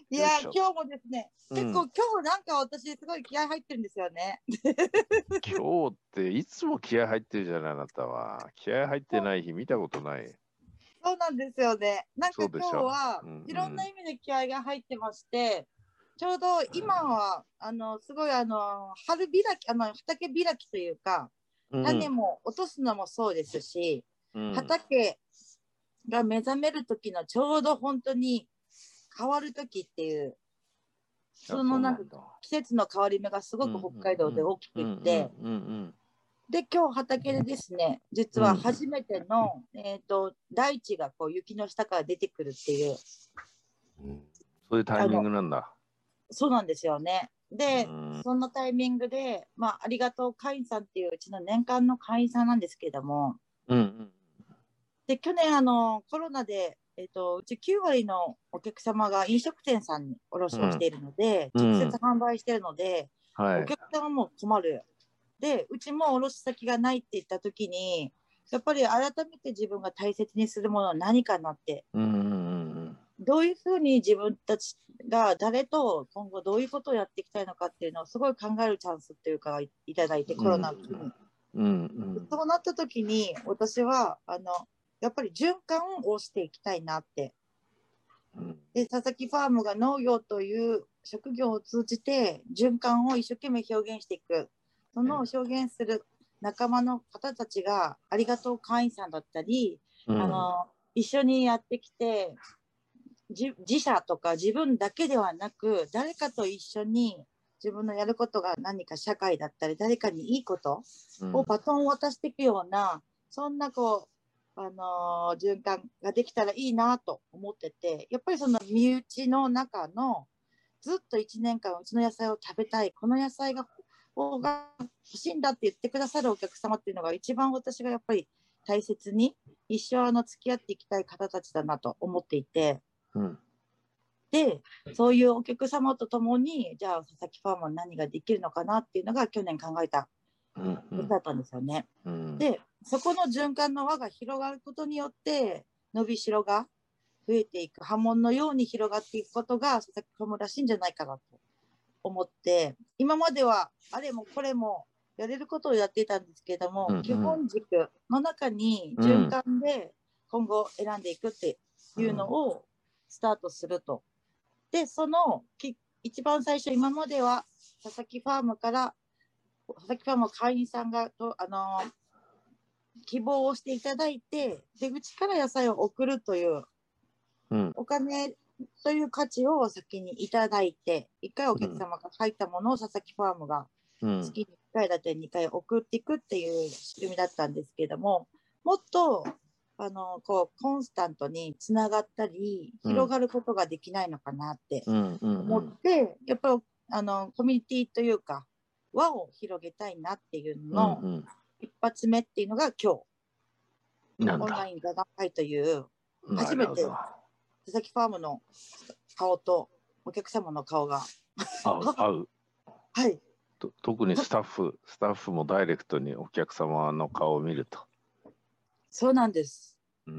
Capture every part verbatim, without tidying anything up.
いや、 よいしょ。 今日もですね、 うん結構今日なんか私すごい気合入ってるんですよね。 今日っていつも気合入ってるじゃない、あなたは。気合入ってない日見たことない。 そうなんですよね。なんか今日そうでしょ。 はうんいろんな意味で気合が入ってまして、ちょうど今は、あの、すごいあの、春開き、あの、畑開きというか、 うん。うん種も落とすのもそうですし、 うん。 畑が目覚める時のちょうど本当に変わる時っていう、 あ、 そのなんかそうなんだ。 季節の変わり目がすごくうん北海道で大きうんうくって、 んうんで、今日畑でですね、実はうん。 初めての、えっ、と、大地がこう雪の下から出てくるっていう、 うん。そういうタイミンあの、 グなんだ。 そうなんですよね。 うで、 んそのタイミングで、まあ、ありがとう会員さんっていううちの年間の会員さんなんですけれども、 うんで、去年あの、コロナで、えっ、と、うちきゅう割のお客様が飲食店さんに卸うんをしているので、直接うん。 販売しているので、 はい。 お客様も困る。で、うちも卸先がないって言った時に、やっぱり改めて自分が大切にするものは何かなって、 うんうんどういうふうに自分たちが誰と今後どういうことをやっていきたいのかっていうのをすごい考えるチャンスっていうかいただいて、コロうんナを機に。 うんうんそうなった時に私は、あの、やっぱり循環をしていきたいなって。 うんで、佐々木ファームが農業という職業を通じて循環を一生懸命表現していく。その表現する仲間の方たちがありがとう会員さんだったり、 うんあの、一緒にやってきて、自自社とか自分だけではなく、誰かと一緒に自分のやることが何か社会だったり、誰かにいいことをバトンを渡していくような、そんなこう、あのー循環ができたらいいなと思ってて、やっぱりその身内の中のずっといちねんかんうちの野菜を食べたい、この野菜がが欲しいんだって言ってくださるお客様っていうのが一番私がやっぱり大切に一生あの付き合っていきたい方たちだなと思っていて、 うんで、そういうお客様と共に、じゃあ佐々木ファームは何ができるのかなっていうのが去年考えたうんことだったんですよね。 うんで、そこの循環の輪が広がることによって、伸びしろが増えていく、波紋のように広がっていくことが佐々木ファームらしいんじゃないかなと思って、今まではあれもこれもやれることをやっていたんですけれども、 うん基本軸の中に循環で今後選んでいくっていうのをスタートすると。で、そのき一番最初、今までは佐々木ファームから、佐々木ファームの会員さんがと、あのー希望をしていただいて、で、うちから野菜を送るという、 うんお金という価値を先にいただいて、いっかいお客様が入ったものを佐々木ファームがうん月にいっかいだったりにかい送っていくっていう仕組みだったんですけれども、もっと、あの、こう、コンスタントにつながったり、広がることができないのかなってうんうん思って、やっぱり、あの、コミュニティというか、輪を広げたいなっていううののん一発目っていうのが今日、 なんだ。 オンライン座談会という、 な初めてるほど。 佐々木ファームの顔とお客様の顔が、 合う合う。 はい。 と特にスタッフスタッフもダイレクトにお客様の顔を見ると。 そうなんです。 うん。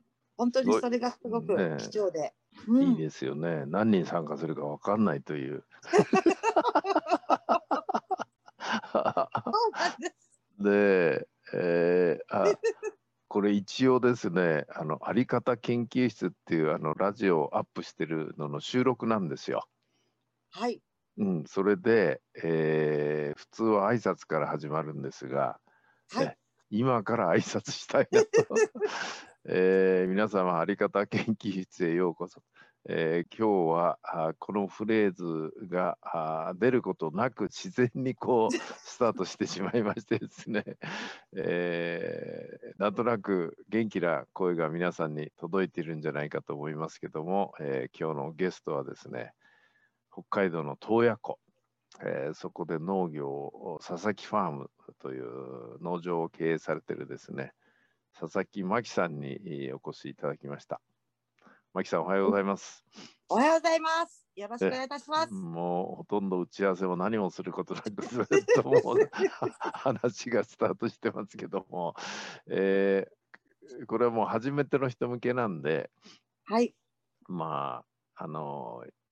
本当すごいにそれがすごくね貴重で。 え、 うん。 いいですよね。何人参加するかわかんないという。 そうなんです。 で、えーあ、これ一応ですね、あの、あり方研究室っていうあのラジオをアップしてるのの収録なんですよ。 はい。 うん、それで、えー普通は挨拶から始まるんですが、 はい。 え今から挨拶したいなと、えー皆様、あり方研究室へようこそ。えー今日はあこのフレーズがあ出ることなく自然にこうスタートしてしまいましてですね、えーなんとなく元気な声が皆さんに届いているんじゃないかと思いますけども、えー今日のゲストはですね、北海道の洞爺湖、えーそこで農業を佐々木ファームという農場を経営されているですね、佐々木真希さんにお越しいただきました。真希さん、おはようございます。 おはようございます。よろしくおえ願いいたします。 もうほとんど打ち合わせも何もすることなくずっともう話がスタートしてますけども、えーこれはもう初めての人向けなんで、 はい。 まあ、あの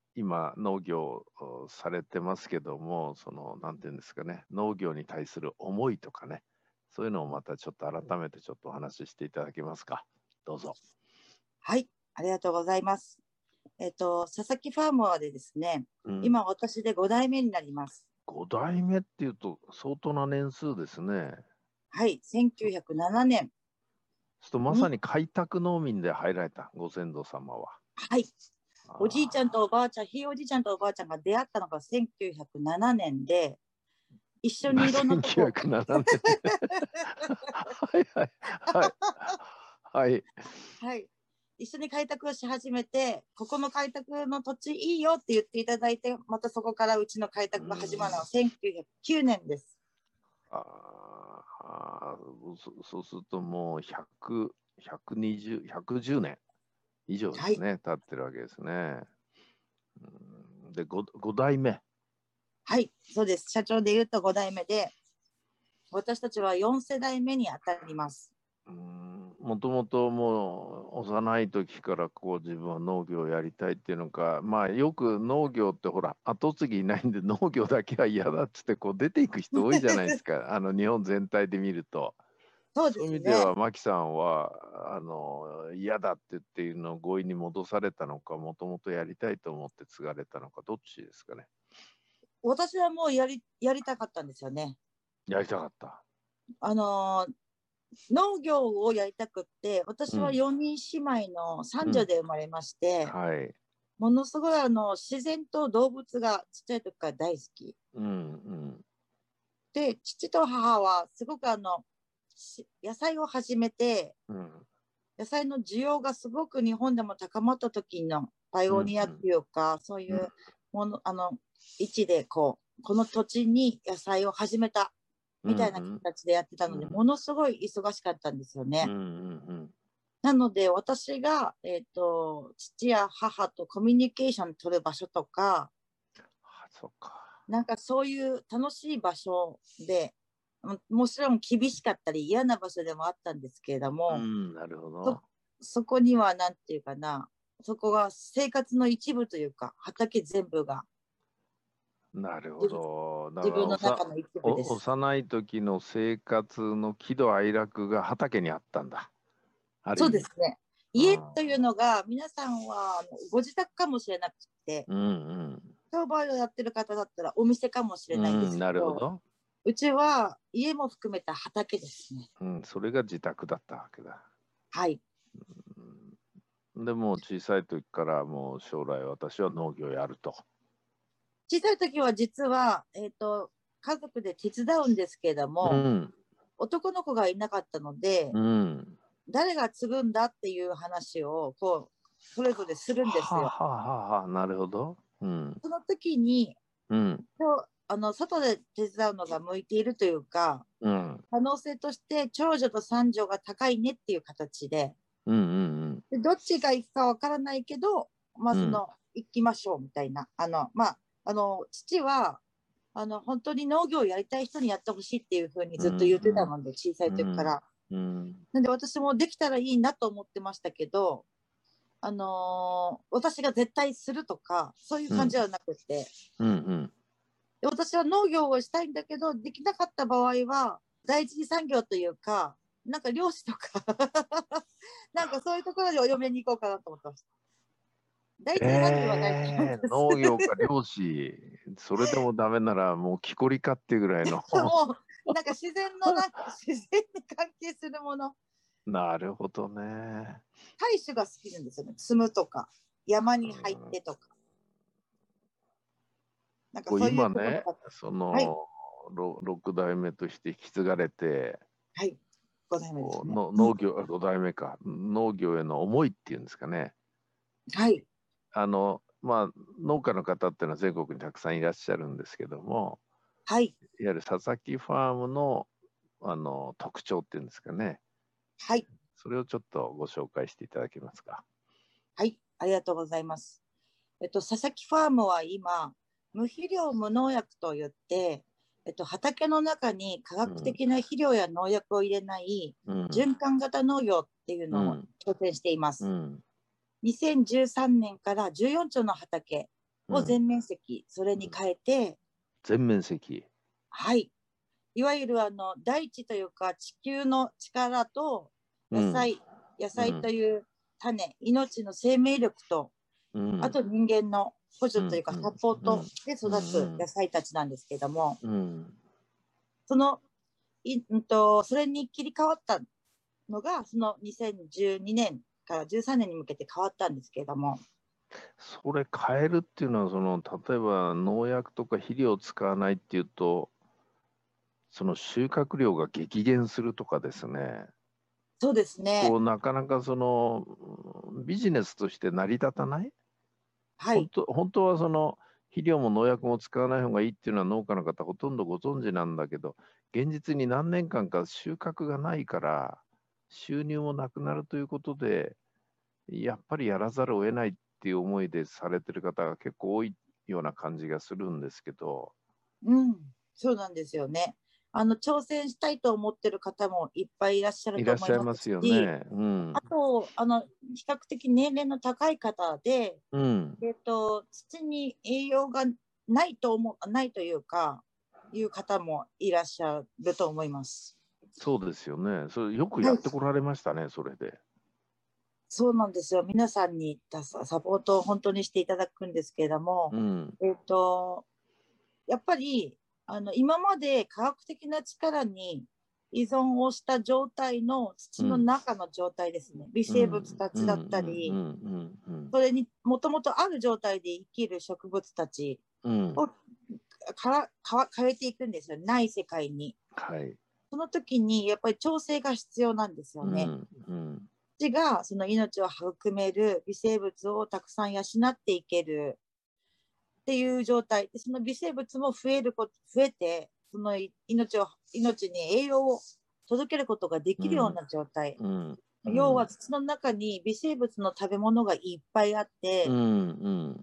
今農業をされてますけども、そのなんていうんですかね、農業に対する思いとかね、そういうのをまたちょっと改めてちょっとお話ししていただけますか。どうぞ。 はい、ありがとうございます。えっと、佐々木ファームはでですね、 うん、 今私でご代目になります。 ご代目っていうと相当な年数ですね。 はい、せんきゅうひゃくななねんちょっとまさに、 に開拓農民で入られたご先祖様は。 はい、おじいちゃんとおあばあちゃん、ひいおじいちゃんとおばあちゃんが出会ったのがせんきゅうひゃくななねんで、一緒にいろんなとこ、 せんきゅうひゃくななねん。はいはいはいはい。 はい、一緒に開拓をし始めて、ここの開拓の土地いいよって言っていただいて、またそこからうちの開拓が始まるのはせんきゅうひゃくきゅうねんです。 ああ、そそうするともうひゃく、ひゃくにじゅう、ひゃくじゅうねん以上ではい、 すね、経ってるわけですね。うんで、ご、ご代目。 はい、そうです。社長で言うとご代目で、私たちはよん世代目に当たります。 うん、もともともう幼い時からこう自分は農業をやりたいっていうのか、まあよく農業ってほら後継ぎいないんで農業だけは嫌だっつってこう出ていく人多いじゃないですか、あの日本全体で見ると。 そうでそういう意味ですね。 は、マキさんは、あの、嫌だって言っているのを強引に戻されたのか、もともとやりたいと思って継がれたのか、どっちですかね。 私はもうやり、やりたかったんですよね。 やりたかった。 あのー農業をやりたくって、私はうん、 よにん姉妹の三女うん、 で生まれまして、 はい。 ものすごいあの自然と動物がちっちゃい時から大好き。 うん、うん、 で、父と母はすごくあの、野菜を始めて、 うん、 野菜の需要がすごく日本でも高まった時のパイうん、 オニアっていうか、そういうん、 うもの、あの、位置でこう、この土地に野菜を始めたうん、 みたいなうん、 形でやってたので、 うん、 ものすごい忙しかったんですよね。 うん、うん、 なので、私が、えっと、父や母とコミュニケーション取る場所とか、 あ、そっか。 なんかそういう楽しい場所で、ももちろん厳しかったり嫌な場所でもあったんですけれども、 うん、なるほそ、 ど。 そこにはなんていうかな、そこが生活の一部というか、畑全部がなるほ自分ど。だか自分らおさ、 の中の一部でお、 す。 幼い時の生活の喜怒哀楽が畑にあったんだ。あるそう意味。 ですね。 うん、 家というのが皆さんはあのご自宅かもしれなくて、 うん、 商売をやってる方だったらお店かもしれうん、 ないんですうん、なるほけど、 ど。 うちは家も含めた畑ですね。 うん、それが自宅だったわけだ。 はい。 うん、でもう小さい時からもう将来私は農業やると。 小さい時は実は、えっと、家族で手伝うんですけれども、 うん、 男の子がいなかったので、 うん。 誰が継ぐんだっていう話を、こう、それぞれするんですよ。 はあはあはあはあ、なるほど。うん、 その時に、 うん、 とあの外で手伝うのが向いているというか、 うん、 可能性として長女と三女が高いねっていう形で、 うん、うん、 でどっちが行くかわからないけど、まあ、 うん、 その、行きましょうみたいな。あの、まあ、あの、父は、あの、本当に農業をやりたい人にやってほしいっていうふうにうん、 ずっと言ってたので、小さいうん、 時から。 うん、 なんで私もできたらいいなと思ってましたけど、あのー私が絶対するとか、そういううん、 感じではなくて、 うん、 で私は農業をしたいんだけど、できなかった場合は、第一次産業というか、なんか漁師とかなんかそういうところでお嫁に行こうかなと思ってました。第一次産業は大丈夫えー、 です。 農業か漁師、それでもダメならもう木こりかっていうぐらいの。 もう、なんか自然のなんか自然に関係するもの、 なるほどね。 採取が好きなんですよね。積むとか、山に入っうん、 てとか、なんかこうそういうところ今ね、 が。 そはい、 のろろく代目として引き継がれて、 はい、ご代目でこうすね。 の農業、ご代目か、農業への思いっていうんですかね。 はい、 あの、まあ、農家の方っていうのは全国にたくさんいらっしゃるんですけども、 はい、 いわゆる佐々木ファームの、あの特徴っていうんですかね。 はい、 それをちょっとご紹介していただけますか。 はい、ありがとうございます。えっと、佐々木ファームは今、無肥料無農薬といって、えっと、畑の中に科学うん、 的な肥料や農薬を入れないうん、 循環型農業っていうのをうん、 挑戦しています。 うん、 にせんじゅうさんねんからじゅうよん丁の畑を全面積それに変えて、 全面積。 はい。いわゆるあの大地というか地球の力と野菜、うん、野菜という種、命の生命力と、うん、あと人間の補助というかサポートで育つ野菜たちなんですけども、うん、そのい、うんと、それに切り替わったのがそのにせんじゅうにねんからじゅうさんねんに向けて変わったんですけれども、 それ変えるっていうのはその例えば農薬とか肥料を使わないっていうとその収穫量が激減するとかですね。 そうですね。 こうなかなかそのビジネスとして成り立たない、はい、本当、本当はその肥料も農薬も使わない方がいいっていうのは農家の方ほとんどご存知なんだけど、現実に何年間か収穫がないから収入もなくなるということで、やっぱりやらざるを得ないっていう思いでされてる方が結構多いような感じがするんですけど。 うん、そうなんですよね。あの挑戦したいと思ってる方もいっぱいいらっしゃると思いますし、いらっしゃいますよね。うん、あとあの比較的年齢の高い方で、うん、えっと土に栄養がないと思うないというかいう方もいらっしゃると思います。 そうですよね。それよくやってこられましたね、はい、それで。 そうなんですよ。皆さんにサポートを本当にしていただくんですけれども、うん、えっとやっぱりあの今まで科学的な力に依存をした状態の土の中の状態ですね、うん、微生物たちだったり、それにもともとある状態で生きる植物たちをから変えていくんですよ、ない世界に、はい、その時にやっぱり調整が必要なんですよね、うんうん、土がその命を育める微生物をたくさん養っていけるっていう状態で、その微生物も増えること増えて、その命を命に栄養を届けることができるような状態、うんうん、要は土の中に微生物の食べ物がいっぱいあって、うんうん、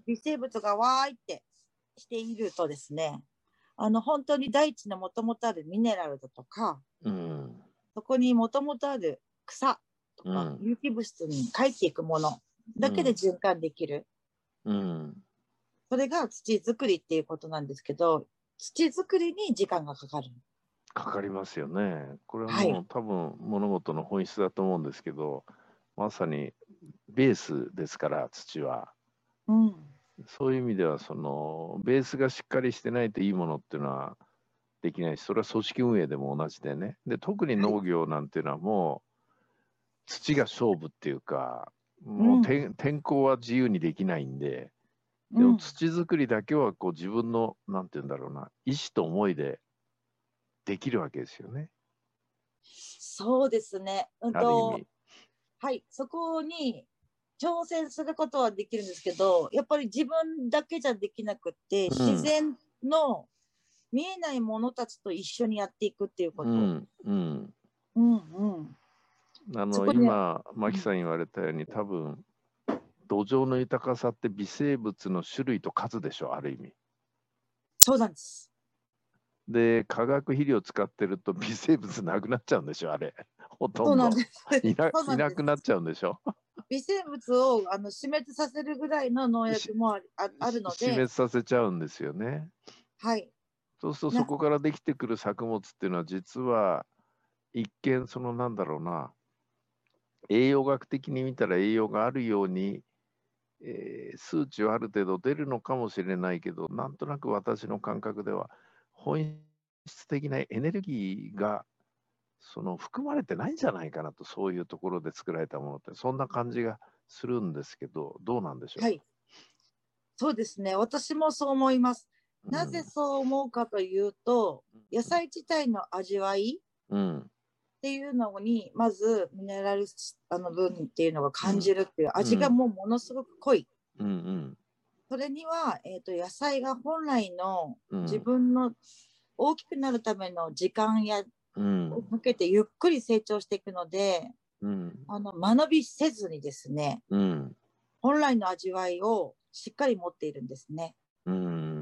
微生物がわーいってしているとですね、あの本当に大地のもともとあるミネラルだとか、うん、そこにもともとある草とか、有機物質に帰っていくものだけで循環できる、うんうんそれが土作りっていうことなんですけど、土作りに時間がかかる。 かかりますよね。これはもう、はい、多分物事の本質だと思うんですけど、まさにベースですから土は、うん、そういう意味ではそのベースがしっかりしてないといいものっていうのはできないし、それは組織運営でも同じでね。で特に農業なんていうのはもう土が勝負っていうか、もう、うん、天候は自由にできないんで。でも土作りだけはこう自分のなんて言うんだろうな、意志と思いでできるわけですよね。 そうですね。うんと、ある意味。はい、そこに挑戦することはできるんですけど、やっぱり自分だけじゃできなくて、うん、自然の見えないものたちと一緒にやっていくっていうこと。うんうん。 うんうん。あの今マキさん言われたように、多分土壌の豊かさって微生物の種類と数でしょ、ある意味。 そうなんです。 で、化学肥料使ってると微生物なくなっちゃうんでしょ、あれ。ほとんど。いな、いなくなっちゃうんでしょ。 微生物をあの死滅させるぐらいの農薬も あ, あるので。 死滅させちゃうんですよね。 はい。 そうするとそこからできてくる作物っていうのは実は一見そのなんだろうな、栄養学的に見たら栄養があるように、えー、数値はある程度出るのかもしれないけど、なんとなく私の感覚では本質的なエネルギーがその含まれてないんじゃないかなと、そういうところで作られたものってそんな感じがするんですけど、どうなんでしょう。 はい、そうですね、私もそう思います。うん、なぜそう思うかというと、野菜自体の味わい、うんっていうのにまずミネラルあの分っていうのが感じるっていう、うん、味がもうものすごく濃い、うんうん、それには、えーと、野菜が本来の自分の大きくなるための時間や、うん、をかけてゆっくり成長していくので、うん、あの間延びせずにですね、うん、本来の味わいをしっかり持っているんですね、うん、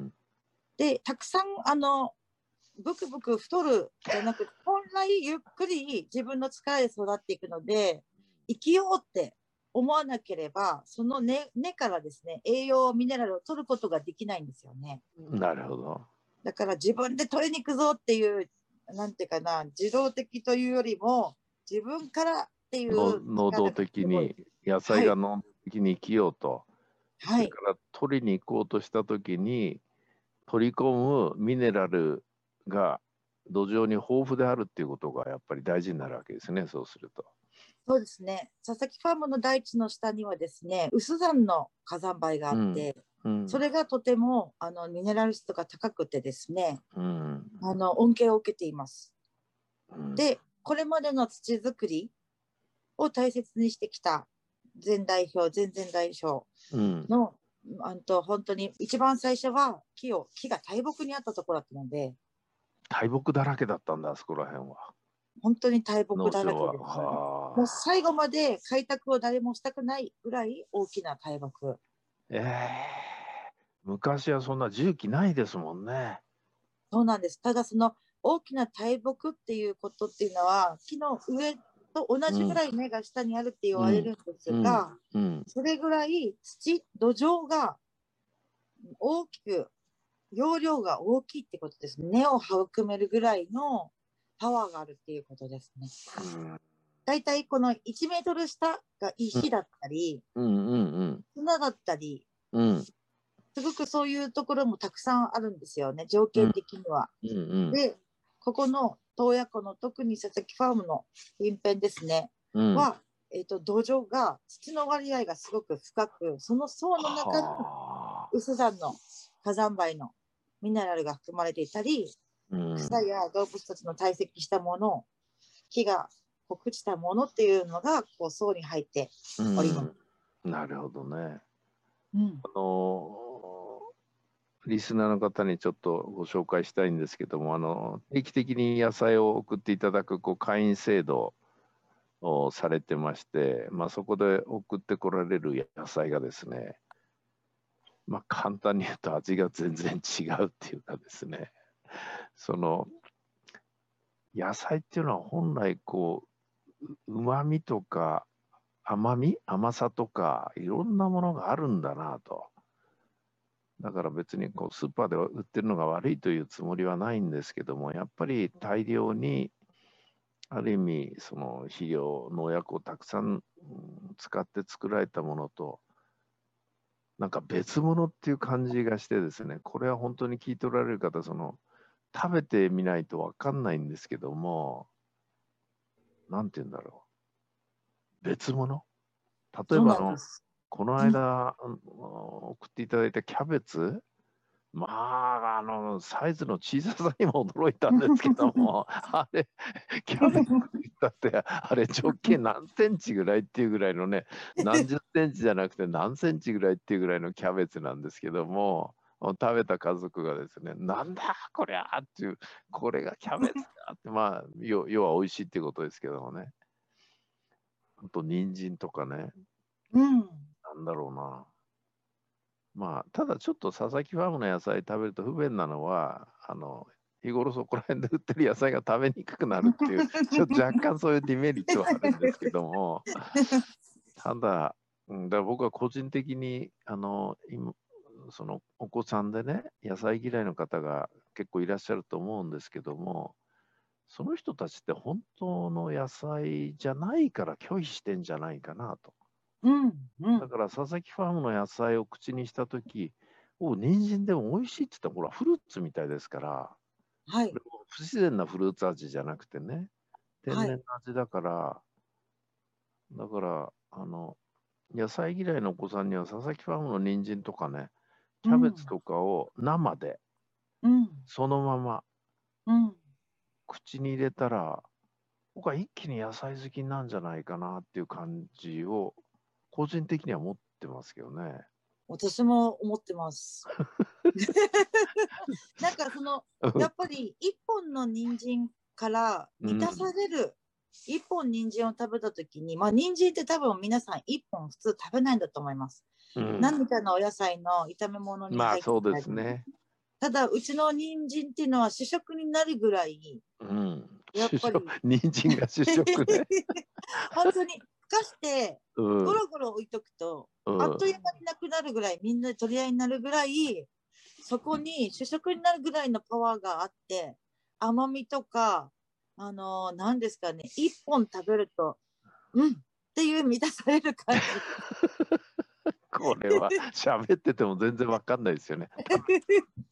でたくさんあのブクブク太るじゃなくて、本来ゆっくり自分の力で育っていくので、生きようって思わなければ、その 根, 根からですね、栄養ミネラルを取ることができないんですよね。 なるほど。 だから自分で取りに行くぞっていう、なんていうかな、自動的というよりも自分からっていうの能動的に野菜が能動的に生きようと、 はい、 それから取りに行こうとしたときに取り込むミネラルが土壌に豊富であるっていうことがやっぱり大事になるわけですね、そうすると。 そうですね。佐々木ファームの大地の下にはですね、有珠山の火山灰があって、 うんうん、 それがとてもあのミネラル質が高くてですね、 うん、 あの恩恵を受けています。 うん、 で、これまでの土作りを大切にしてきた前代表、前々代表の、うん、あと本当に一番最初は木を木が大木にあったところだったので、 大木だらけだったんだ、あそこら辺は。 本当に大木だらけです。 もう最後まで開拓を誰もしたくないぐらい大きな大木。 えー、昔はそんな重機ないですもんね。 そうなんです。ただその大きな大木っていうことっていうのは木の上と同じぐらい根が下にあるって言われるんですが、 うんうんうん、 それぐらい土土壌が大きく容量が大きいってことです。根を育めるぐらいのパワーがあるっていうことですね。だいたいこのいちメートル下が石だったり、 うんうんうん、 砂だったり、 うん、 すごくそういうところもたくさんあるんですよね、条件的には。 うんうんうん、 で、ここの洞爺湖の特に佐々木ファームの近辺ですね、 うん、 は、えーと、土壌が土の割合がすごく深く、その層の中に有珠山の火山灰のミネラルが含まれていたり、うん、草や動物たちの堆積したもの、木が朽ちたものっていうのがこう層に入っております。 うん、なるほどね。 うん、 あのリスナーの方にちょっとご紹介したいんですけども、あの定期的に野菜を送っていただくこう会員制度をされてまして、まあ、そこで送ってこられる野菜がですね、まあ、簡単に言うと味が全然違うっていうかですね、その野菜っていうのは本来こううまみとか甘み甘さとかいろんなものがあるんだなと。だから別にこうスーパーで売ってるのが悪いというつもりはないんですけども、やっぱり大量にある意味その肥料農薬をたくさん使って作られたものとなんか別物っていう感じがしてですね、これは本当に聞いておられる方、その食べてみないと分かんないんですけども、なんて言うんだろう、別物。例えばあのこの間、うん、送っていただいたキャベツ、まあ、あの、サイズの小ささにも驚いたんですけども、あれ、キャベツだって、あれ、直径何センチぐらいっていうぐらいのね、何十センチじゃなくて何センチぐらいっていうぐらいのキャベツなんですけども、食べた家族がですね、なんだこりゃーっていう、これがキャベツだって、まあ、要要は美味しいっていうことですけどもね。あと、人参とかね、 うん、 なんだろうな。まあ、ただちょっと佐々木ファームの野菜食べると不便なのは、あの、日頃そこら辺で売ってる野菜が食べにくくなるっていう、ちょっと若干そういうデメリットはあるんですけども、ただ、うん、だから僕は個人的に、あの、今、そのお子さんでね、野菜嫌いの方が結構いらっしゃると思うんですけども、その人たちって本当の野菜じゃないから拒否してんじゃないかなと。 うんうん、 だから佐々木ファームの野菜を口にしたとき、お人参でも美味しいって言ったら、ほら、フルーツみたいですから、 はい、 不自然なフルーツ味じゃなくてね、天然の味だから、はい、だから、あの、野菜嫌いのお子さんには佐々木ファームの人参とかね、キャベツとかを生で、うん、そのまま、うん、口に入れたら、僕は一気に野菜好きなんじゃないかなっていう感じを、個人的には持ってますけどね。 私も思ってます。なんかそのやっぱり一本の人参から満たされる、うん、一本人参を食べた時に、まあ人参って多分皆さん一本普通食べないんだと思います。うん、何かのお野菜の炒め物に入ってたり、まあそうですね。ただうちの人参っていうのは主食になるぐらい、うん、やっぱり人参が主食で、ね、 本当にかしてうんゴロゴロ置いとくと、 うんあっという間になくなるぐらい、みんなで取り合いになるぐらい、そこに主食になるぐらいのパワーがあって、甘みとか、あのー、何ですかね、一本食べると、うんっていう満たされる感じ。 これは喋ってても全然わかんないですよね。